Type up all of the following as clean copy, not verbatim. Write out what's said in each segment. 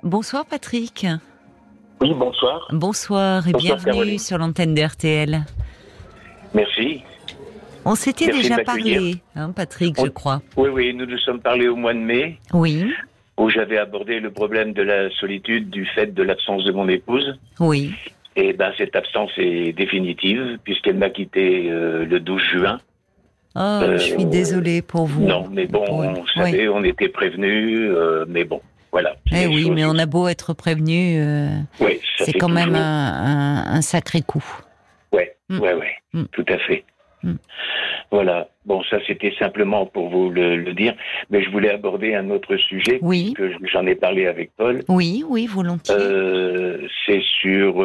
Bonsoir Patrick. Oui, bonsoir. Bonsoir et Bonsoir, bienvenue Caroline. sur l'antenne de RTL. Merci. On s'était Merci déjà de m'accueillir. parlé, Patrick, je crois. Oui, nous nous sommes parlé au mois de mai, Oui, où j'avais abordé le problème de la solitude du fait de l'absence de mon épouse. oui. Et cette absence est définitive, puisqu'elle m'a quitté le 12 juin. Oh, je suis désolée pour vous. Non, mais bon, vous savez, on était prévenus, mais bon, voilà. Eh Les oui, choses- mais on a beau être prévenu, Oui, ça c'est fait quand même toujours- un sacré coup. Ouais, Mm. ouais, Mm. tout à fait. Mm. Voilà. Bon, ça c'était simplement pour vous le dire, mais je voulais aborder un autre sujet, Oui. puisque j'en ai parlé avec Paul. Oui, volontiers. C'est sur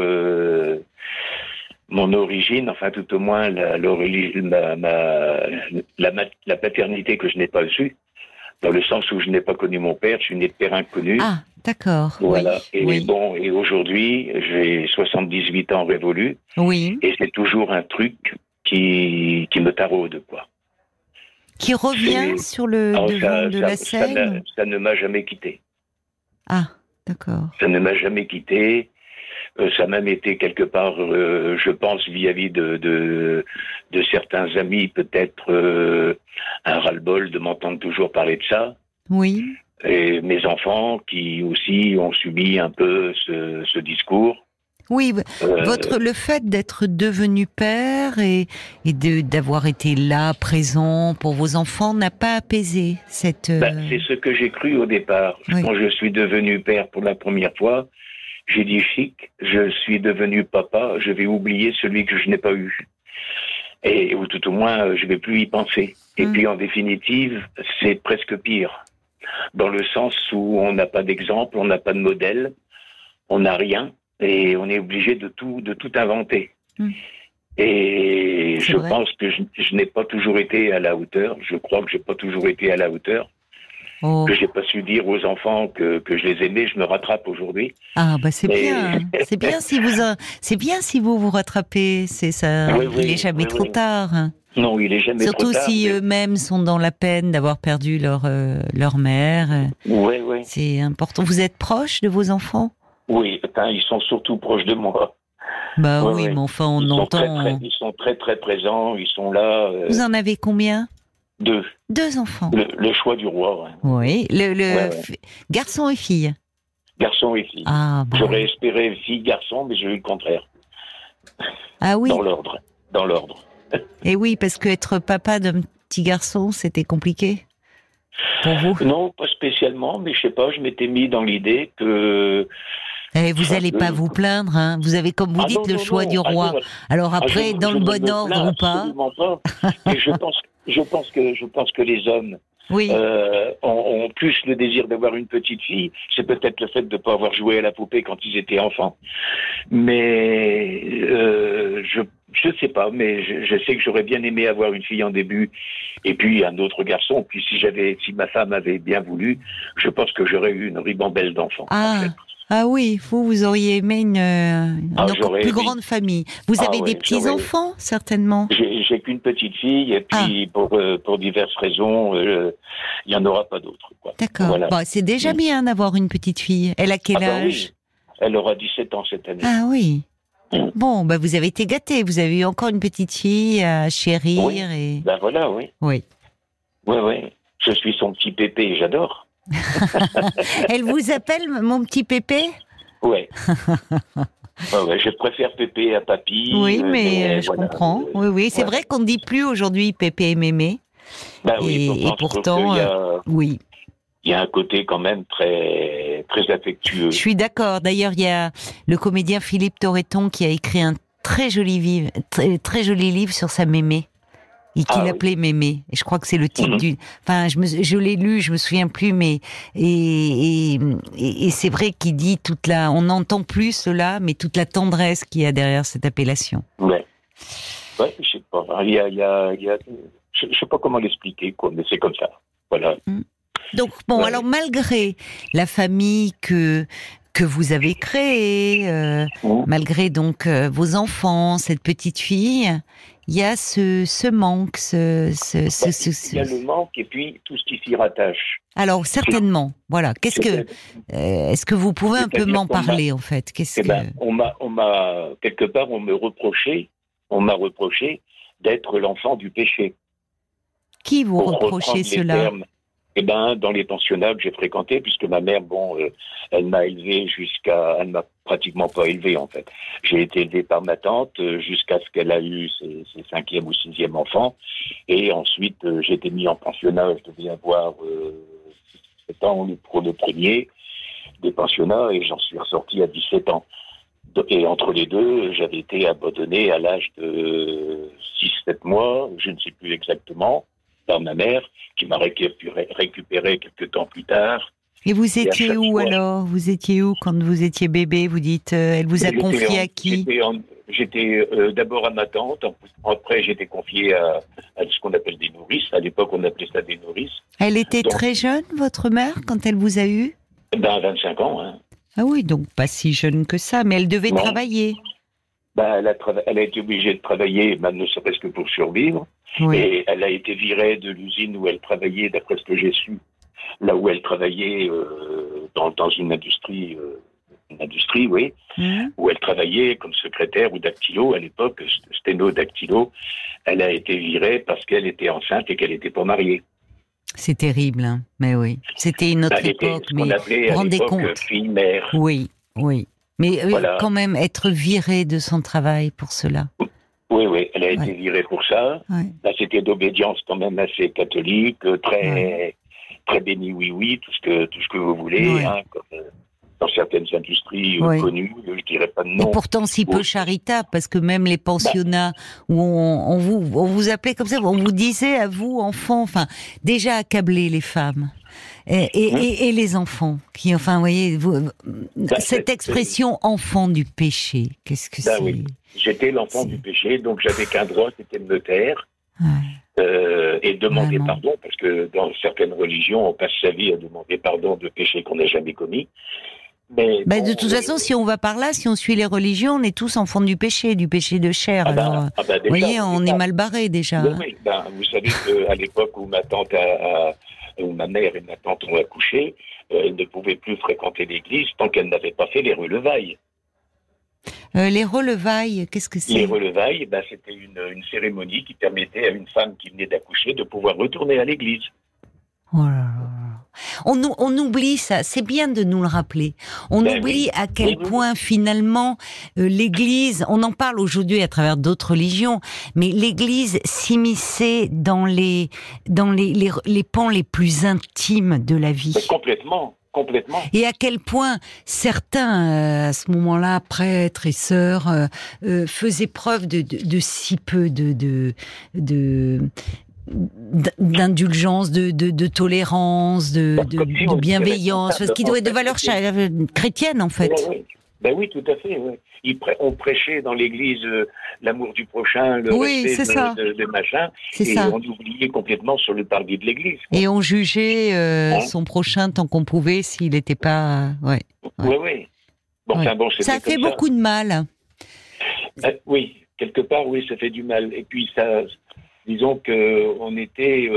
mon origine, enfin tout au moins la paternité que je n'ai pas eue, dans le sens où je n'ai pas connu mon père, je suis né de père inconnu. Ah, d'accord. Voilà. Oui, Et aujourd'hui, j'ai 78 ans révolus, oui. et c'est toujours un truc qui me taraude, quoi. Qui revient C'est- sur le Alors, devant de la scène. ça ne m'a jamais quitté. Ah, d'accord. Ça ne m'a jamais quitté. Ça m'a même été quelque part, je pense, vis-à-vis de certains amis, peut-être un ras-le-bol de m'entendre toujours parler de ça. Oui. Et mes enfants qui aussi ont subi un peu ce discours. Oui, le fait d'être devenu père et d'avoir été là, présent pour vos enfants, n'a pas apaisé cette... C'est ce que j'ai cru au départ. Oui. Quand je suis devenu père pour la première fois, j'ai dit chic, je suis devenu papa, je vais oublier celui que je n'ai pas eu. Ou tout au moins, je vais plus y penser. Et puis en définitive, c'est presque pire. Dans le sens où on n'a pas d'exemple, on n'a pas de modèle, on n'a rien, et on est obligé de tout inventer. Et C'est je vrai. pense que je n'ai pas toujours été à la hauteur. Je crois que j'ai pas toujours été à la hauteur. Oh. Que j'ai pas su dire aux enfants que je les aimais. Je me rattrape aujourd'hui. Ah bah c'est Mais- bien, c'est bien si vous vous rattrapez, c'est ça. Oui, Il est jamais trop tard. Non, il est jamais Surtout trop tard. si mais- eux-mêmes sont dans la peine d'avoir perdu leur mère. Ouais. C'est important. Vous êtes proche de vos enfants? Oui, ils sont surtout proches de moi. Bah Ouais, oui, ouais. mais enfin on Ils sont entend. ils sont très très présents. Ils sont là. Vous en avez combien? 2. 2 enfants. Le choix du roi. Ouais. Oui, Ouais. garçon et fille. Garçon et fille. Ah bah. J'aurais espéré fille garçon, mais j'ai eu le contraire. Ah oui. Dans l'ordre. Et oui, parce que être papa d'un petit garçon, c'était compliqué pour vous. Non, pas spécialement, mais je sais pas. Je m'étais mis dans l'idée que. Et vous allez pas vous plaindre, hein. Vous avez, comme vous dites, le choix du roi. Alors après, dans le bon ordre ou pas. Absolument pas. Et je pense que les hommes Oui. ont plus le désir d'avoir une petite fille. C'est peut-être le fait de ne pas avoir joué à la poupée quand ils étaient enfants. Mais je sais pas. Mais je sais que j'aurais bien aimé avoir une fille en début et puis un autre garçon. Puis si ma femme avait bien voulu, je pense que j'aurais eu une ribambelle d'enfants. en fait. Ah oui, vous auriez aimé une encore j'aurais plus aimé. grande famille. Vous avez des petits-enfants, certainement? J'ai qu'une petite fille, et puis pour diverses raisons, il n'y en aura pas d'autres. quoi. D'accord. Voilà. Bon, c'est déjà bien d'avoir une petite fille. Elle a quel âge? Oui. Elle aura 17 ans cette année. Ah oui. Bon, vous avez été gâtés. Vous avez eu encore une petite fille à chérir. Oui. Et... Voilà, oui. Oui. Oui. Je suis son petit pépé, j'adore. Elle vous appelle mon petit pépé? Ouais. Je préfère pépé à papy. Oui, mais je voilà. comprends. Oui. C'est vrai qu'on ne dit plus aujourd'hui pépé et mémé. Et pourtant, oui. Il y a un côté quand même très, très affectueux. Je suis d'accord. D'ailleurs, il y a le comédien Philippe Torreton qui a écrit un très joli livre sur sa mémé. Et qu'il appelait Mémé. Et je crois que c'est le titre du. Enfin, je l'ai lu, je me souviens plus, mais et c'est vrai qu'il dit on n'entend plus cela, mais toute la tendresse qu'il y a derrière cette appellation. Ouais, je sais pas. Il y a, je sais pas comment l'expliquer, quoi, mais c'est comme ça. Voilà. Donc alors malgré la famille que que vous avez créé, malgré donc vos enfants, cette petite fille, il y a ce manque, Il y a le manque et puis tout ce qui s'y rattache. Alors certainement, voilà. Est-ce que vous pouvez un peu m'en parler en fait? On m'a quelque part on m'a reproché d'être l'enfant du péché. Qui vous reprochait cela? Dans les pensionnats que j'ai fréquentés, puisque ma mère, elle m'a élevé elle m'a pratiquement pas élevé en fait. J'ai été élevé par ma tante jusqu'à ce qu'elle a eu ses 5e ou 6e enfants, et ensuite j'ai été mis en pensionnat. Je devais avoir 7 ans pour le premier des pensionnats, et j'en suis ressorti à 17 ans. Et entre les deux, j'avais été abandonné à l'âge de 6-7 mois, je ne sais plus exactement, par ma mère, qui m'a récupéré quelques temps plus tard. Et vous étiez où alors? Vous étiez où quand vous étiez bébé? Vous dites, elle vous a confié à qui? J'étais d'abord à ma tante, après j'étais confié à ce qu'on appelle des nourrices. À l'époque, on appelait ça des nourrices. Elle était très jeune, votre mère, quand elle vous a eu? 25 ans. Hein. Ah oui, donc pas si jeune que ça, mais elle devait travailler. Elle a été obligée de travailler, ne serait-ce que pour survivre. Oui. Et elle a été virée de l'usine où elle travaillait, d'après ce que j'ai su, là où elle travaillait dans une industrie, oui, où elle travaillait comme secrétaire ou dactylo à l'époque, sténo-dactylo. Elle a été virée parce qu'elle était enceinte et qu'elle n'était pas mariée. C'est terrible, hein. Mais oui. C'était une autre époque, mais vous vous rendez compte. Fille-mère. Oui. Mais voilà. Quand même, être virée de son travail pour cela. Oui, elle a été virée pour ça. Ouais. Là, c'était d'obédience quand même assez catholique, très béni, oui, tout ce que vous voulez, hein, comme dans certaines industries connues, je dirais pas de nom. Et pourtant si peu charitable, parce que même les pensionnats où on vous appelait comme ça, on vous disait à vous, enfants, déjà accabler les femmes. Et les enfants, qui, vous voyez, cette expression enfant du péché, qu'est-ce que c'est? Oui. J'étais l'enfant du péché, donc j'avais qu'un droit, c'était de me taire et demander pardon, parce que dans certaines religions, on passe sa vie à demander pardon de péchés qu'on n'a jamais commis. Mais de toute façon, si on va par là, si on suit les religions, on est tous enfants du péché de chair. Déjà, vous voyez, on est mal barré déjà. Oui. Vous savez qu'à l'époque où où ma mère et ma tante ont accouché, elles ne pouvaient plus fréquenter l'église tant qu'elles n'avaient pas fait les relevailles. Les relevailles, qu'est-ce que c'est? Les relevailles, c'était une cérémonie qui permettait à une femme qui venait d'accoucher de pouvoir retourner à l'église. Oh là là. On oublie ça, c'est bien de nous le rappeler. On oublie à quel point finalement l'Église, on en parle aujourd'hui à travers d'autres religions, mais l'Église s'immisçait dans les pans les plus intimes de la vie. Mais complètement. Et à quel point certains, à ce moment-là, prêtres et sœurs, faisaient preuve de si peu d'indulgence, de tolérance, de bienveillance, ce qui doit être de valeur chrétienne en fait. Oui, tout à fait. Oui. On prêchait dans l'église l'amour du prochain, le respect de machin, on oubliait complètement sur le parvis de l'église. Quoi. Et on jugeait son prochain tant qu'on pouvait s'il n'était pas... Oui. Ça a fait beaucoup de mal. Oui, quelque part, oui, ça fait du mal. Et puis ça... Disons qu'on était,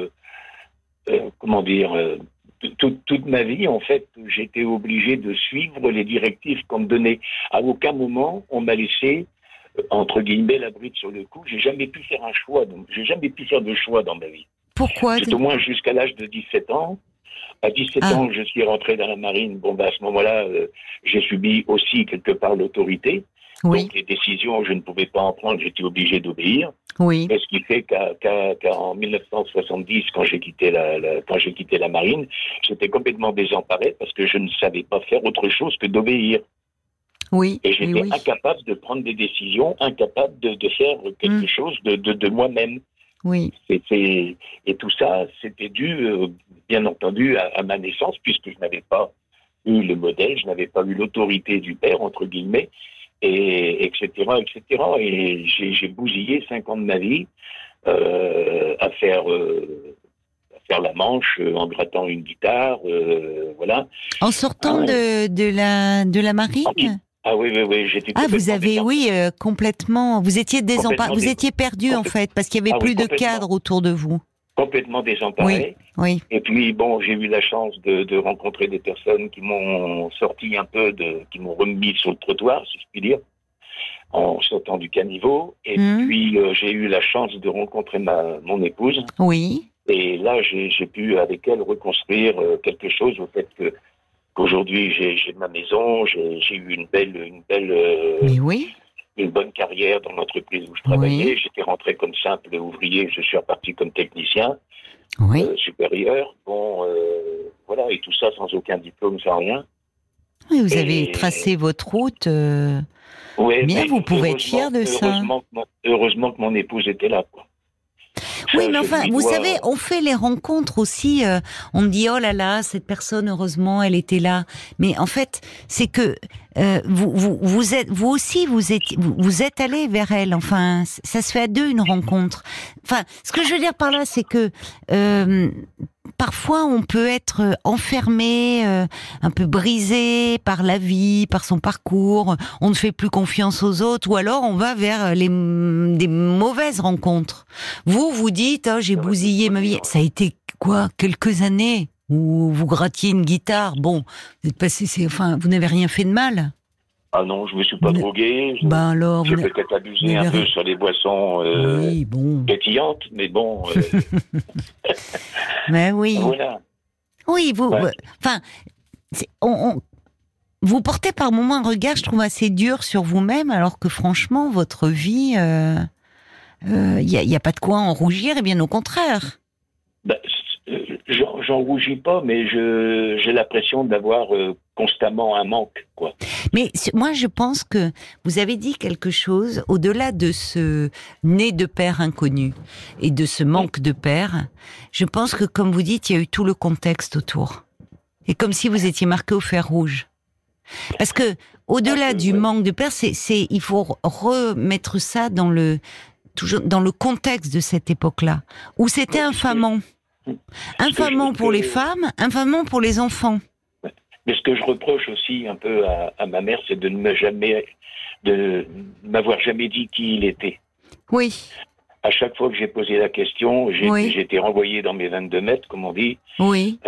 toute ma vie, en fait, j'étais obligé de suivre les directives qu'on me donnait. À aucun moment, on m'a laissé, entre guillemets, la bride sur le cou. J'ai jamais pu faire un choix. J'ai jamais pu faire de choix dans ma vie. Pourquoi? Tout au moins jusqu'à l'âge de 17 ans. À 17 ans, je suis rentré dans la marine. À ce moment-là, j'ai subi aussi quelque part l'autorité. Oui. Donc les décisions, je ne pouvais pas en prendre, j'étais obligé d'obéir. Oui. Et ce qui fait qu'en 1970, quand j'ai quitté la marine, j'étais complètement désemparé parce que je ne savais pas faire autre chose que d'obéir. Oui. Et j'étais incapable de prendre des décisions, incapable de faire quelque chose de moi-même. Oui. Et tout ça, c'était dû, bien entendu, à ma naissance, puisque je n'avais pas eu le modèle, je n'avais pas eu l'autorité du père, entre guillemets, et etc. Et j'ai bousillé 5 ans de ma vie à faire faire la manche en grattant une guitare, voilà. En sortant de la marine. Ah oui, j'étais vous avez, complètement, vous étiez vous étiez perdu en fait, parce qu'il y avait plus de cadre autour de vous. Complètement désemparé. Oui. Et puis bon, j'ai eu la chance de rencontrer des personnes qui m'ont sorti un peu qui m'ont remis sur le trottoir, si je puis dire, en sautant du caniveau. Et puis j'ai eu la chance de rencontrer mon épouse. Oui. Et là, j'ai pu avec elle reconstruire quelque chose au fait qu'aujourd'hui j'ai ma maison, j'ai eu une bonne carrière dans l'entreprise où je travaillais. Oui. J'étais rentré comme simple ouvrier, je suis reparti comme technicien supérieur. Bon, voilà, et tout ça sans aucun diplôme, sans rien. Oui, vous avez tracé votre route. Bien, vous pouvez être fier de ça. Heureusement que mon épouse était là, quoi. Oui, mais enfin, vous savez, on fait les rencontres aussi. On dit oh là là, cette personne, heureusement, elle était là. Mais en fait, c'est que vous êtes allé vers elle. Enfin, ça se fait à deux une rencontre. Enfin, ce que je veux dire par là, c'est que parfois on peut être enfermé, un peu brisé par la vie, par son parcours. On ne fait plus confiance aux autres, ou alors on va vers des mauvaises rencontres. Vous dites j'ai bousillé ma vie. Ça a été quoi, quelques années où vous grattiez une guitare. Bon, vous êtes passé, vous n'avez rien fait de mal. Ah non, je me suis pas drogué. J'ai peut-être abusé un peu sur les boissons pétillantes, mais bon. Mais oui. Voilà. Oui, vous portez par moments un regard, je trouve, assez dur sur vous-même, alors que franchement, votre vie, y a pas de quoi en rougir, et bien au contraire. J'en rougis pas, mais j'ai l'impression d'avoir constamment un manque, quoi. Mais moi, je pense que vous avez dit quelque chose, au-delà de ce né de père inconnu et de ce manque de père, je pense que, comme vous dites, il y a eu tout le contexte autour. Et comme si vous étiez marqué au fer rouge. Parce que, au-delà du manque de père, il faut remettre ça dans le contexte de cette époque-là, où c'était infamant. Infamant pour les femmes, infamant pour les enfants. Mais ce que je reproche aussi un peu à ma mère, c'est de ne m'avoir jamais dit qui il était. Oui. À chaque fois que j'ai posé la question, j'ai été renvoyé dans mes 22 mètres, comme on dit. Oui.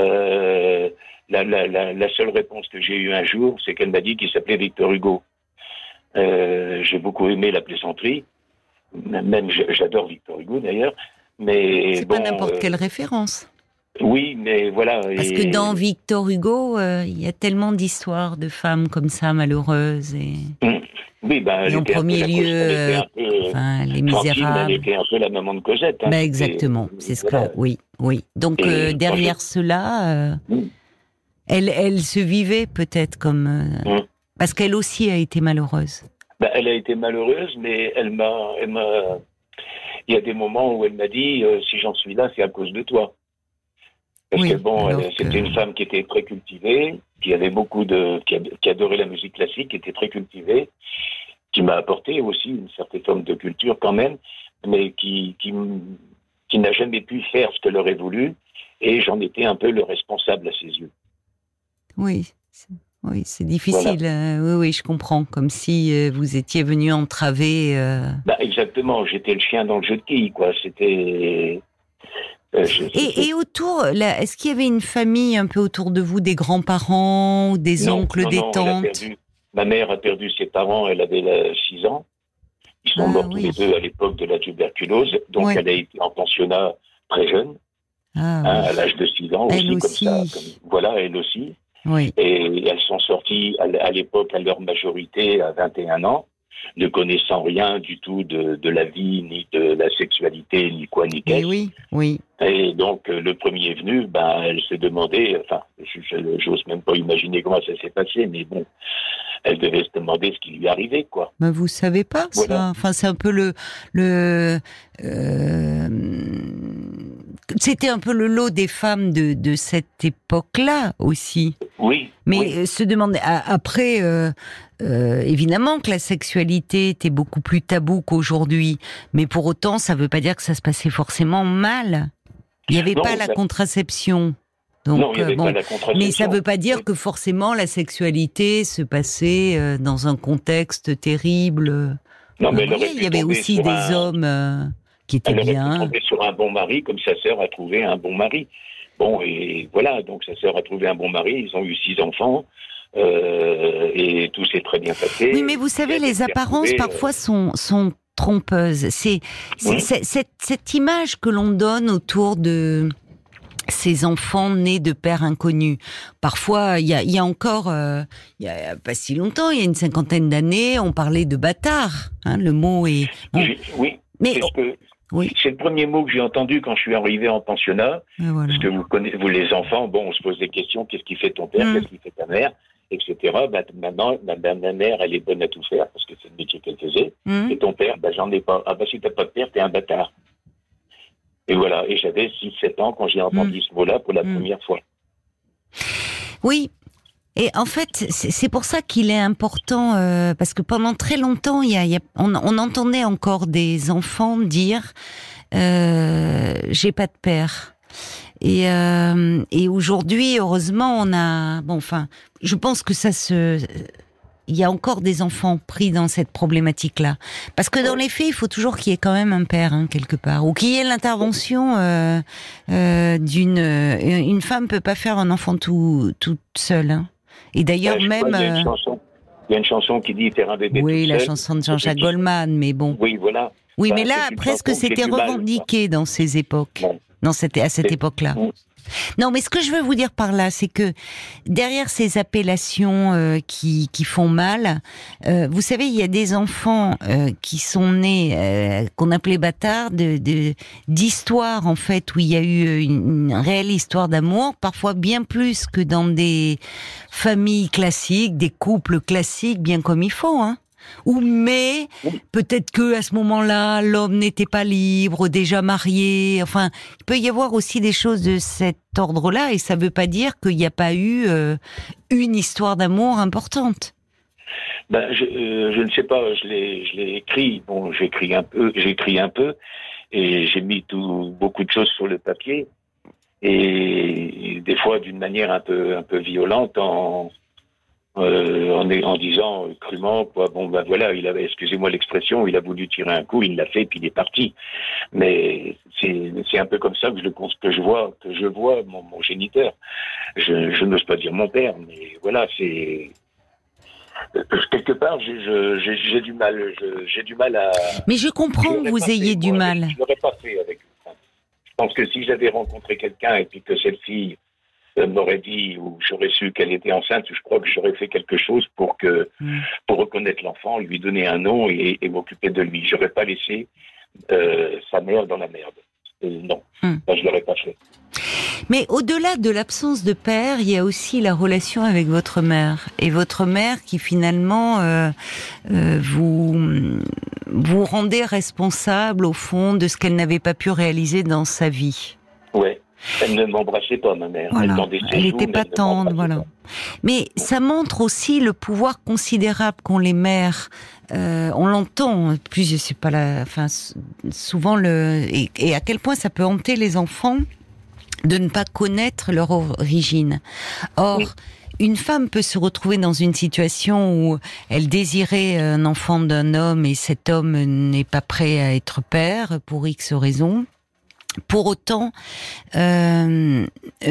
La seule réponse que j'ai eue un jour, c'est qu'elle m'a dit qu'il s'appelait Victor Hugo. J'ai beaucoup aimé la plaisanterie. Même j'adore Victor Hugo d'ailleurs. Mais c'est pas n'importe quelle référence. Oui, mais voilà. Parce que dans Victor Hugo, il y a tellement d'histoires de femmes comme ça, malheureuses. Oui, et en premier lieu, les Misérables. Elle était un peu la maman de Cosette. Hein, exactement, c'est ce que... Oui. Donc, derrière cela, elle se vivait peut-être comme... parce qu'elle aussi a été malheureuse. Elle a été malheureuse, mais elle m'a... Il y a des moments où elle m'a dit si j'en suis là, c'est à cause de toi. Parce que c'était une femme qui était très cultivée, qui avait qui adorait la musique classique, qui était très cultivée, qui m'a apporté aussi une certaine forme de culture quand même, mais qui n'a jamais pu faire ce qu'elle aurait voulu, et j'en étais un peu le responsable à ses yeux. Oui, c'est difficile. Voilà. Oui, je comprends. Comme si vous étiez venu entraver. Exactement. J'étais le chien dans le jeu de quilles, quoi. C'était. Et autour, est-ce qu'il y avait une famille un peu autour de vous, des grands-parents, des oncles, des tantes? Ma mère a perdu ses parents. Elle avait 6 ans. Ils sont morts tous les deux à l'époque de la tuberculose. Donc elle a été en pensionnat très jeune, à l'âge de 6 ans elle aussi. Comme ça. Voilà, elle aussi. Oui. Et elles sont sorties à l'époque à leur majorité à 21 ans, ne connaissant rien du tout de la vie, ni de la sexualité, ni quoi, ni qu'est-ce. Oui. Et donc le premier venu, elle se demandait, j'ose même pas imaginer comment ça s'est passé, mais bon, elle devait se demander ce qui lui arrivait, quoi. Mais vous savez pas ça. Voilà. Enfin, c'est un peu c'était un peu le lot des femmes de cette époque-là aussi. Oui. Mais se demander après, évidemment que la sexualité était beaucoup plus tabou qu'aujourd'hui. Mais pour autant, ça veut pas dire que ça se passait forcément mal. Il n'y avait pas la contraception. Donc, non, il n'y avait pas la contraception. Mais ça ne veut pas dire que forcément la sexualité se passait dans un contexte terrible. Non, mais il y avait aussi des hommes qui étaient bien. Elle aurait pu tomber sur un bon mari, comme sa sœur a trouvé un bon mari. Bon, et voilà, donc sa sœur a trouvé un bon mari, ils ont eu 6 enfants, et tout s'est très bien passé. Oui, mais vous savez, les apparences parfois sont trompeuses. C'est cette image que l'on donne autour de ces enfants nés de pères inconnus. Parfois, il y a encore, il y a pas si longtemps, il y a une 50aine d'années, on parlait de bâtard. Hein, le mot est... Bon. Oui, mais c'est le premier mot que j'ai entendu quand je suis arrivé en pensionnat. Voilà. Parce que vous les enfants, bon, on se pose des questions, qu'est-ce qui fait ton père, qu'est-ce qui fait ta mère, etc. Maintenant, ma mère, elle est bonne à tout faire, parce que c'est le métier qu'elle faisait. Et ton père, j'en ai pas. Ah si t'as pas de père, t'es un bâtard. Et voilà, et j'avais 6-7 ans quand j'ai entendu ce mot-là pour la première fois. Oui, et en fait, c'est pour ça qu'il est important, parce que pendant très longtemps, on entendait encore des enfants dire « j'ai pas de père ». Et aujourd'hui, heureusement, on a... Bon, enfin, je pense que il y a encore des enfants pris dans cette problématique-là. Parce que dans les faits, il faut toujours qu'il y ait quand même un père, hein, quelque part. Ou qu'il y ait l'intervention une femme peut pas faire un enfant toute seule. Hein. Et d'ailleurs, même... Il y a une chanson qui dit « faire un bébé oui, toute la seule. Chanson de Jean-Jacques Goldman, mais bon. Oui, voilà. Oui, mais là, presque c'était revendiqué dans ces époques. Bon. À cette époque-là. Non, mais ce que je veux vous dire par là, c'est que derrière ces appellations qui font mal, vous savez, il y a des enfants qui sont nés, qu'on appelait bâtards, d'histoires en fait, où il y a eu une réelle histoire d'amour, parfois bien plus que dans des familles classiques, des couples classiques, bien comme il faut, hein. Mais peut-être que à ce moment-là, l'homme n'était pas libre, déjà marié. Enfin, il peut y avoir aussi des choses de cet ordre-là, et ça ne veut pas dire qu'il n'y a pas eu une histoire d'amour importante. Je ne sais pas. Je l'ai écrit. Bon, j'écris un peu, et j'ai mis beaucoup de choses sur le papier, et des fois d'une manière un peu violente en disant crûment quoi, voilà, excusez-moi l'expression, il a voulu tirer un coup, il l'a fait, puis il est parti. Mais c'est un peu comme ça que je vois mon géniteur. Je n'ose pas dire mon père, mais voilà, c'est quelque part j'ai du mal à. Mais je comprends que vous ayez du mal. Je l'aurais pas fait avec une femme. Je pense que si j'avais rencontré quelqu'un et puis que cette fille m'aurait dit, ou j'aurais su qu'elle était enceinte, je crois que j'aurais fait quelque chose pour reconnaître l'enfant, lui donner un nom et m'occuper de lui. J'aurais pas laissé sa mère dans la merde. Non, je l'aurais pas fait. Mais au-delà de l'absence de père, il y a aussi la relation avec votre mère. Et votre mère qui finalement vous rendait responsable au fond de ce qu'elle n'avait pas pu réaliser dans sa vie. Ouais. Elle ne m'embrassait pas, ma mère. Voilà. Elle n'était pas tendre, voilà. Mais ça montre aussi le pouvoir considérable qu'ont les mères. On l'entend, plus je sais pas souvent et à quel point ça peut hanter les enfants de ne pas connaître leur origine. Or, une femme peut se retrouver dans une situation où elle désirait un enfant d'un homme et cet homme n'est pas prêt à être père pour X raisons. Pour autant, ne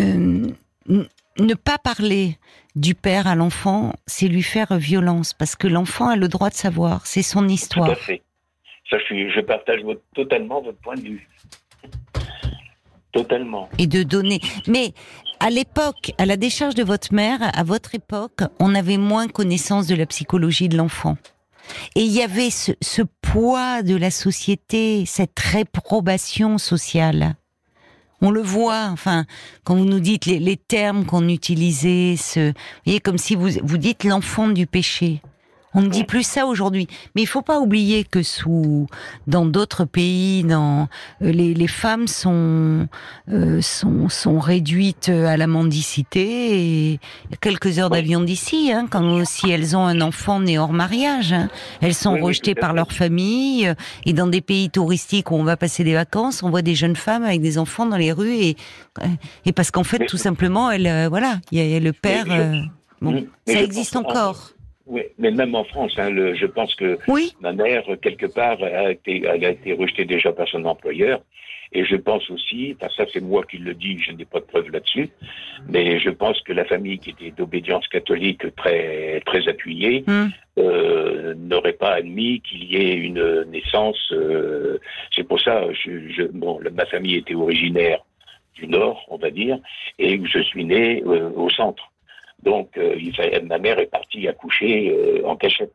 pas parler du père à l'enfant, c'est lui faire violence, parce que l'enfant a le droit de savoir, c'est son histoire. Tout à fait. Ça, je partage totalement votre point de vue. Totalement. Et de donner. Mais à l'époque, à la décharge de votre mère, à votre époque, on avait moins connaissance de la psychologie de l'enfant. Et il y avait ce poids de la société, cette réprobation sociale. On le voit, enfin, quand vous nous dites les termes qu'on utilisait, vous voyez, comme si vous dites l'enfant du péché. On ne dit plus ça aujourd'hui, mais il faut pas oublier que dans d'autres pays, les femmes sont réduites à la mendicité. Et quelques heures d'avion d'ici, quand si elles ont un enfant né hors mariage, elles sont rejetées par leur famille. Et dans des pays touristiques où on va passer des vacances, on voit des jeunes femmes avec des enfants dans les rues et parce qu'en fait, tout simplement, il y a le père. Ça existe encore. Oui, mais même en France, je pense que ma mère, quelque part, elle a été rejetée déjà par son employeur. Et je pense aussi, ça c'est moi qui le dis, je n'ai pas de preuves là-dessus, mais je pense que la famille qui était d'obédience catholique très très appuyée n'aurait pas admis qu'il y ait une naissance. C'est pour ça, ma famille était originaire du Nord, on va dire, et je suis né au centre. Donc, ma mère est partie accoucher en cachette.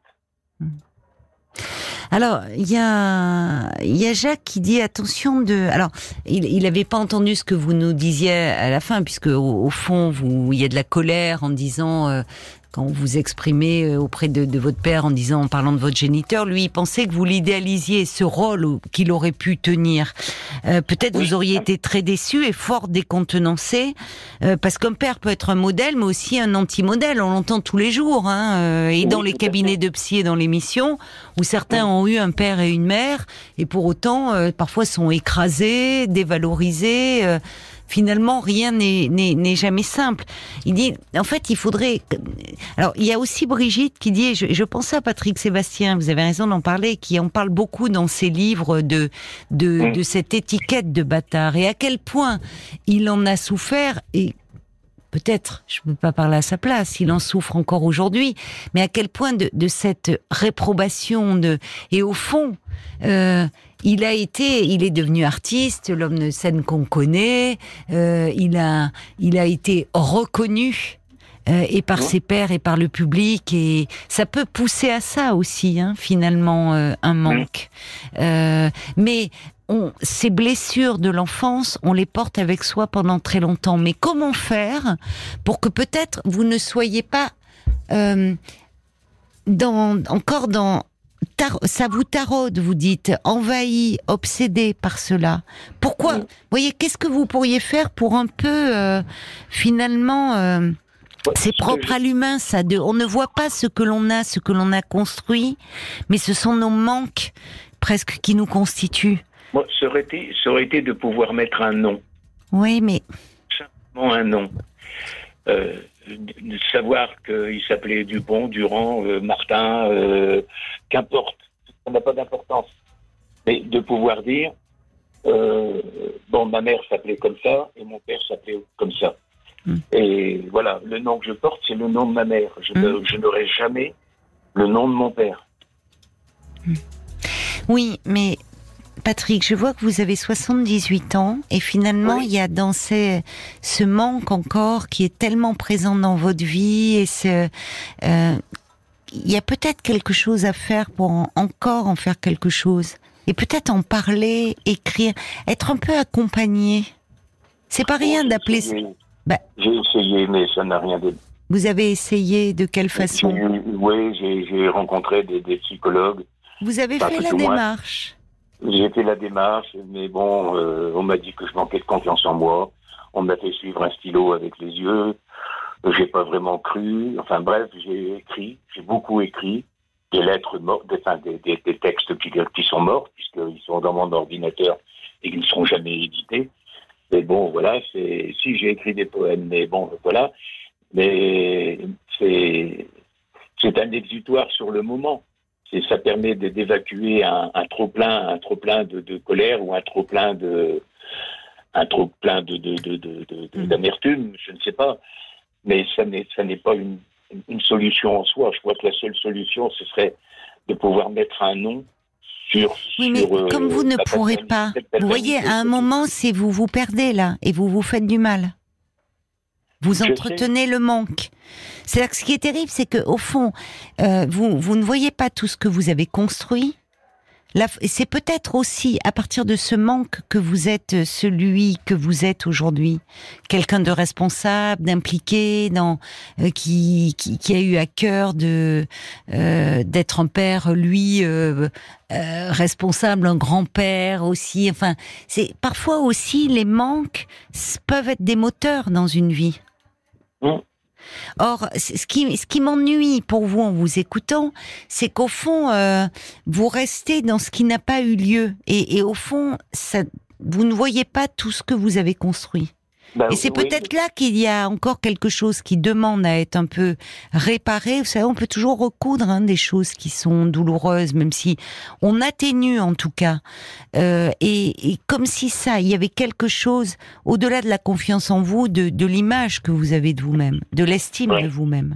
Alors, il y a Jacques qui dit attention alors, il n'avait pas entendu ce que vous nous disiez à la fin, puisque au fond, il y a de la colère en disant, quand vous exprimez auprès de votre père en parlant de votre géniteur, lui, il pensait que vous l'idéalisiez, ce rôle qu'il aurait pu tenir. Peut-être vous auriez été très déçu et fort décontenancé, parce qu'un père peut être un modèle, mais aussi un anti-modèle. On l'entend tous les jours, et dans les cabinets de psy et dans l'émission, où certains ont eu un père et une mère, et pour autant, parfois sont écrasés, dévalorisés. Finalement, rien n'est jamais simple. Il dit, en fait, il faudrait... Alors, il y a aussi Brigitte qui dit, je pensais à Patrick Sébastien, vous avez raison d'en parler, qui en parle beaucoup dans ses livres de cette étiquette de bâtard, et à quel point il en a souffert, et peut-être, je ne peux pas parler à sa place, il en souffre encore aujourd'hui, mais à quel point de cette réprobation et au fond, il est devenu artiste, l'homme de scène qu'on connaît, il a été reconnu, et par ses pairs et par le public, et ça peut pousser à ça aussi, finalement, un manque. Mais ces blessures de l'enfance, on les porte avec soi pendant très longtemps. Mais comment faire pour que peut-être vous ne soyez pas ça vous taraude, vous dites, envahi, obsédé par cela. Pourquoi ? Vous voyez, qu'est-ce que vous pourriez faire pour un peu, finalement, c'est propre à l'humain, ça. On ne voit pas ce que l'on a construit, mais ce sont nos manques, presque, qui nous constituent. Moi, ça aurait été de pouvoir mettre un nom. Oui, mais... Simplement un nom. De savoir qu'il s'appelait Dupont, Durand, Martin, qu'importe, ça n'a pas d'importance. Mais de pouvoir dire, ma mère s'appelait comme ça et mon père s'appelait comme ça. Et voilà, le nom que je porte, c'est le nom de ma mère. Je n'aurai jamais le nom de mon père. Oui, mais... Patrick, je vois que vous avez 78 ans et finalement il y a dans ce manque encore qui est tellement présent dans votre vie et il y a peut-être quelque chose à faire pour encore en faire quelque chose et peut-être en parler, écrire, être un peu accompagné. C'est pas rien d'appeler. J'ai essayé, mais ça n'a rien donné. Vous avez essayé de quelle façon ? Oui, j'ai rencontré des psychologues. Vous avez fait la démarche ? J'ai fait la démarche, mais bon, on m'a dit que je manquais de confiance en moi. On m'a fait suivre un stylo avec les yeux. J'ai pas vraiment cru. Enfin bref, j'ai beaucoup écrit des lettres mortes, des textes qui sont morts, puisqu'ils sont dans mon ordinateur et qu'ils ne seront jamais édités. Mais bon, voilà, si j'ai écrit des poèmes, mais bon, voilà. Mais c'est un exutoire sur le moment. Et ça permet d'évacuer un trop plein de colère ou un trop plein d'amertume, je ne sais pas. Mais ça n'est pas une solution en soi. Je crois que la seule solution, ce serait de pouvoir mettre un nom sur. Mais comme vous ne pourrez pas, vous voyez, à un moment, c'est vous perdez là et vous vous faites du mal. Vous entretenez le manque. C'est-à-dire que ce qui est terrible, c'est que au fond, vous ne voyez pas tout ce que vous avez construit. C'est peut-être aussi à partir de ce manque que vous êtes celui que vous êtes aujourd'hui, quelqu'un de responsable, d'impliqué, qui a eu à cœur d'être un père, lui, responsable, un grand-père aussi. Enfin, c'est parfois aussi les manques peuvent être des moteurs dans une vie. Or, ce qui m'ennuie pour vous en vous écoutant, c'est qu'au fond, vous restez dans ce qui n'a pas eu lieu. Et au fond, vous ne voyez pas tout ce que vous avez construit. Et c'est peut-être là qu'il y a encore quelque chose qui demande à être un peu réparé. Vous savez, on peut toujours recoudre des choses qui sont douloureuses, même si on atténue en tout cas. Et comme si il y avait quelque chose, au-delà de la confiance en vous, de l'image que vous avez de vous-même, de l'estime de vous-même.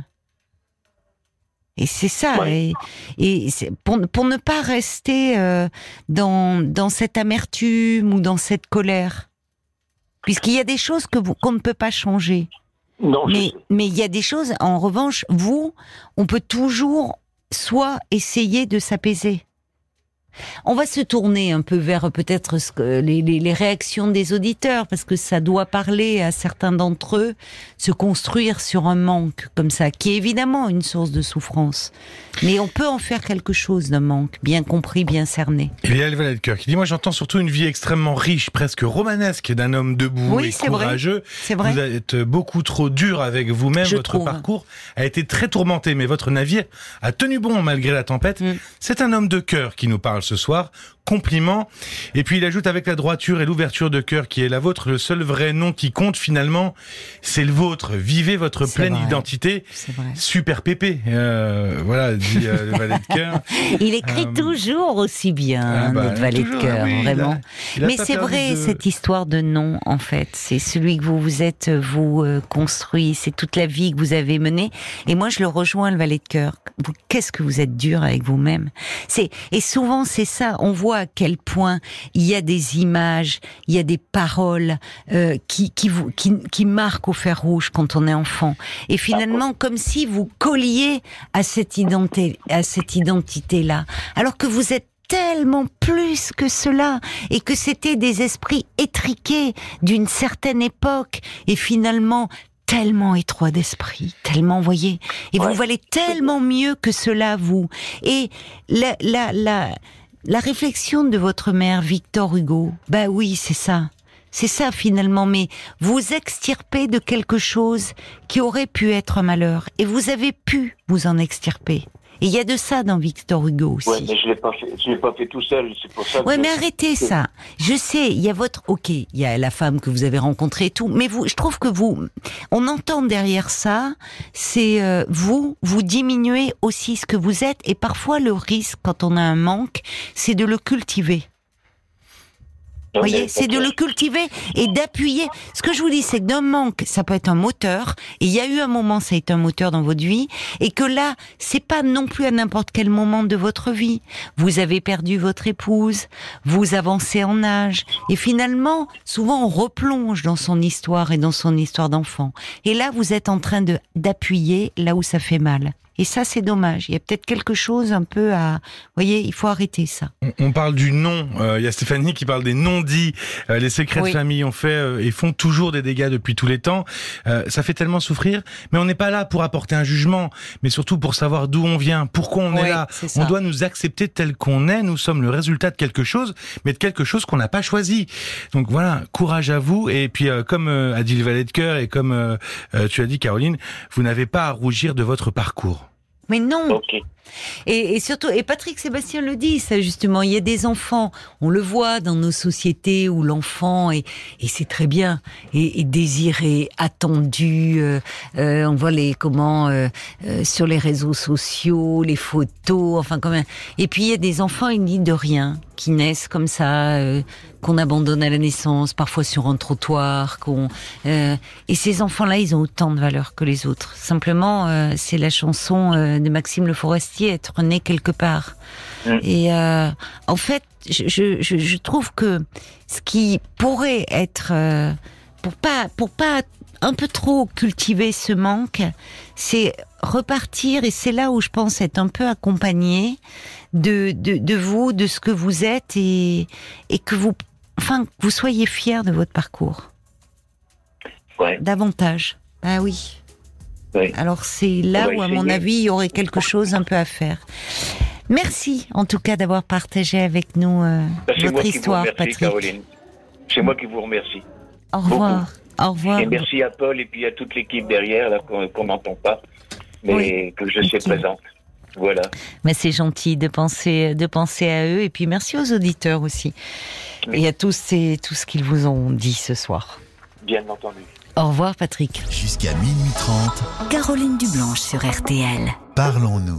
Et c'est ça. Et c'est pour ne pas rester dans cette amertume ou dans cette colère. Puisqu'il y a des choses qu'on ne peut pas changer. Non, mais il y a des choses, en revanche, on peut toujours soit essayer de s'apaiser. On va se tourner un peu vers peut-être les réactions des auditeurs, parce que ça doit parler à certains d'entre eux, se construire sur un manque comme ça, qui est évidemment une source de souffrance. Mais on peut en faire quelque chose d'un manque, bien compris, bien cerné. Il y a le valet de cœur qui dit, moi j'entends surtout une vie extrêmement riche, presque romanesque, d'un homme debout et courageux. C'est vrai. Vous êtes beaucoup trop dur avec vous-même, votre parcours a été très tourmenté, mais votre navire a tenu bon malgré la tempête. C'est un homme de cœur qui nous parle ce soir. Compliment. Et puis il ajoute, avec la droiture et l'ouverture de cœur qui est la vôtre, le seul vrai nom qui compte finalement, c'est le vôtre. Vivez votre pleine identité. Super pépé. Voilà, dit le valet de cœur. Il écrit toujours aussi bien, notre valet de cœur, vraiment. Mais c'est vrai, cette histoire de nom, en fait, c'est celui que vous êtes, construit, c'est toute la vie que vous avez menée. Et moi, je le rejoins, le valet de cœur. Qu'est-ce que vous êtes dur avec vous-même. Et souvent, c'est ça. On voit à quel point il y a des images, il y a des paroles qui marquent au fer rouge quand on est enfant. Et finalement, comme si vous colliez à cette identité-là, alors que vous êtes tellement plus que cela, et que c'était des esprits étriqués d'une certaine époque, et finalement tellement étroit d'esprit, tellement, voyez, et vous valez tellement mieux que cela, vous. Et la réflexion de votre mère, Victor Hugo, oui, c'est ça. C'est ça finalement, mais vous extirpez de quelque chose qui aurait pu être un malheur, et vous avez pu vous en extirper. Et il y a de ça dans Victor Hugo aussi. Ouais, mais je l'ai pas fait tout seul, c'est pour ça. Ouais, mais arrêtez ça. Je sais, il y a il y a la femme que vous avez rencontrée et tout, mais je trouve que on entend derrière ça, c'est vous diminuez aussi ce que vous êtes, et parfois le risque quand on a un manque, c'est de le cultiver. Vous voyez, c'est de le cultiver et d'appuyer. Ce que je vous dis, c'est que d'un manque, ça peut être un moteur. Et il y a eu un moment, ça a été un moteur dans votre vie. Et que là, c'est pas non plus à n'importe quel moment de votre vie. Vous avez perdu votre épouse, vous avancez en âge. Et finalement, souvent, on replonge dans son histoire et dans son histoire d'enfant. Et là, vous êtes en train d'appuyer là où ça fait mal. Et ça, c'est dommage. Il y a peut-être quelque chose un peu à... Vous voyez, il faut arrêter ça. On parle du non. Il y a Stéphanie qui parle des non-dits. Les secrets de famille ont fait et font toujours des dégâts depuis tous les temps. Ça fait tellement souffrir. Mais on n'est pas là pour apporter un jugement, mais surtout pour savoir d'où on vient, pourquoi on est là. On doit nous accepter tel qu'on est. Nous sommes le résultat de quelque chose, mais de quelque chose qu'on n'a pas choisi. Donc voilà, courage à vous. Et puis, comme a dit le valet de cœur et comme tu as dit, Caroline, vous n'avez pas à rougir de votre parcours. Mais non. Okay. Et surtout, et Patrick Sébastien le dit, ça justement, il y a des enfants, on le voit dans nos sociétés où l'enfant et c'est très bien, est désiré, attendu. On voit sur les réseaux sociaux, les photos, enfin quand même. Et puis il y a des enfants, ils disent de rien, qui naissent comme ça, qu'on abandonne à la naissance, parfois sur un trottoir, et ces enfants-là, ils ont autant de valeur que les autres. Simplement, c'est la chanson de Maxime Le Forestier, être né quelque part. Et en fait, je trouve que ce qui pourrait être pour pas un peu trop cultivé ce manque, c'est repartir, et c'est là où je pense être un peu accompagné de vous, de ce que vous êtes, et que vous soyez fiers de votre parcours. Ouais. Davantage. Ah oui. Ouais. Alors c'est là où, à mon avis, il y aurait quelque chose un peu à faire. Merci, en tout cas, d'avoir partagé avec nous votre histoire, Patrick. Caroline. C'est moi qui vous remercie. Au revoir. Beaucoup. Au revoir. Et merci à Paul et puis à toute l'équipe derrière, là, qu'on n'entend pas, mais que je sais présente. Voilà. Mais c'est gentil de penser à eux, et puis merci aux auditeurs aussi. Oui. Et à tous ce qu'ils vous ont dit ce soir. Bien entendu. Au revoir, Patrick. Jusqu'à 00h30. Caroline Dublanche sur RTL. Parlons-nous.